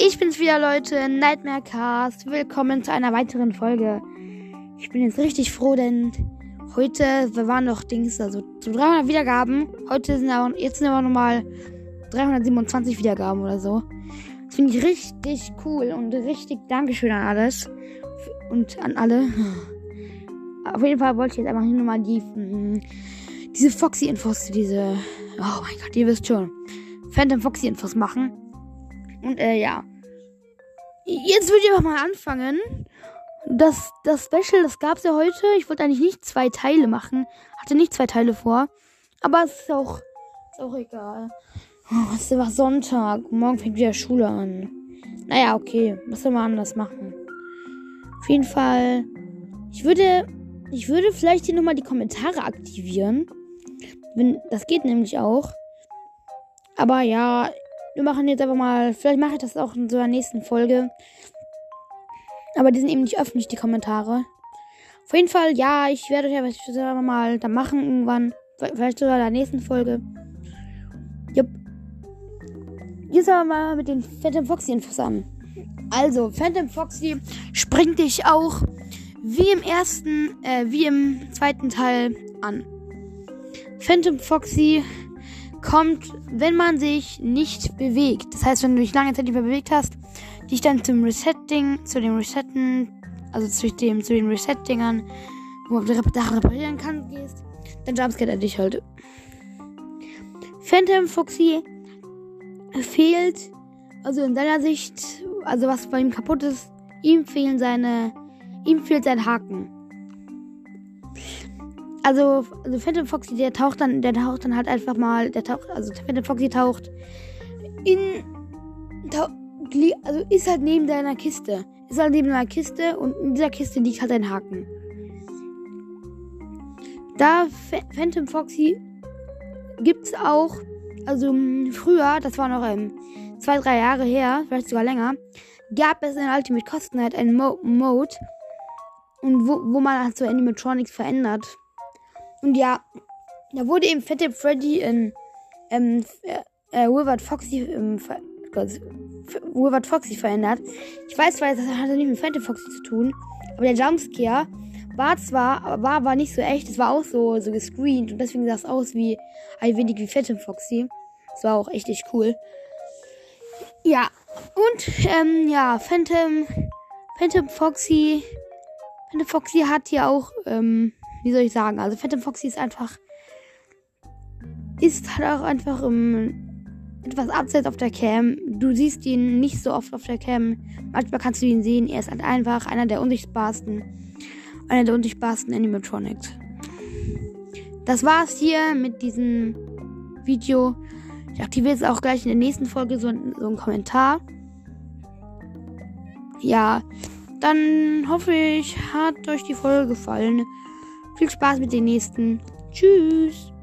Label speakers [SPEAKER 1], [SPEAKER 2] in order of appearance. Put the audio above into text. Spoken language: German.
[SPEAKER 1] Ich bin's wieder, Leute, Nightmare Cast. Willkommen zu einer weiteren Folge. Ich bin jetzt richtig froh, denn heute waren noch so 300 Wiedergaben. Jetzt sind aber nochmal 327 Wiedergaben oder so. Das finde ich richtig cool und richtig Dankeschön an alles und an alle. Auf jeden Fall wollte ich jetzt einfach nur mal diese Foxy-Infos, oh mein Gott, ihr wisst schon, Phantom Foxy-Infos machen. Und ja. Jetzt würde ich einfach mal anfangen. Das Special, das gab es ja heute. Ich wollte eigentlich nicht 2 Teile machen. Hatte nicht 2 Teile vor. Aber es ist auch egal. Oh, es ist einfach Sonntag. Morgen fängt wieder Schule an. Naja, okay. Was soll man anders machen? Auf jeden Fall. Ich würde vielleicht hier nochmal die Kommentare aktivieren. Das geht nämlich auch. Aber ja, wir machen jetzt einfach mal, vielleicht mache ich das auch in so einer nächsten Folge. Aber die sind eben nicht öffentlich, die Kommentare. Auf jeden Fall, ja, ich werde euch einfach mal da machen irgendwann. Vielleicht sogar in der nächsten Folge. Jupp. Jetzt aber mal mit den Phantom Foxy Infos an. Also, Phantom Foxy springt dich auch wie im zweiten Teil an. Phantom Foxy kommt, wenn man sich nicht bewegt. Das heißt, wenn du dich lange Zeit nicht mehr bewegt hast, dich dann zu den Reset-Dingern, wo du Sachen reparieren kannst, gehst, dann jumpscare er dich halt. Phantom Foxy fehlt, also in seiner Sicht, also was bei ihm kaputt ist, ihm fehlt sein Haken. Also Phantom Foxy, der taucht dann halt einfach mal, Phantom Foxy ist halt neben deiner Kiste. Ist halt neben deiner Kiste und in dieser Kiste liegt halt ein Haken. Da Phantom Foxy gibt's auch, also früher, das war noch 2-3 Jahre her, vielleicht sogar länger, gab es in Ultimate Custom halt einen Mode, und wo man halt so Animatronics verändert. Und ja, da wurde eben Phantom Freddy in Wilbert Foxy verändert. Ich weiß zwar, das hatte nicht mit Phantom Foxy zu tun, aber der Jumpscare war aber nicht so echt. Es war auch so gescreent und deswegen sah es aus wie ein wenig wie Phantom Foxy. Das war auch echt cool. Ja, und Phantom Foxy hat hier auch, wie soll ich sagen, also Phantom Foxy ist halt auch einfach etwas abseits auf der Cam. Du siehst ihn nicht so oft auf der Cam. Manchmal kannst du ihn sehen. Er ist halt einfach einer der unsichtbarsten Animatronics. Das war's hier mit diesem Video. Ich aktiviere jetzt auch gleich in der nächsten Folge so einen Kommentar. Ja, dann hoffe ich, hat euch die Folge gefallen. Viel Spaß mit den nächsten. Tschüss.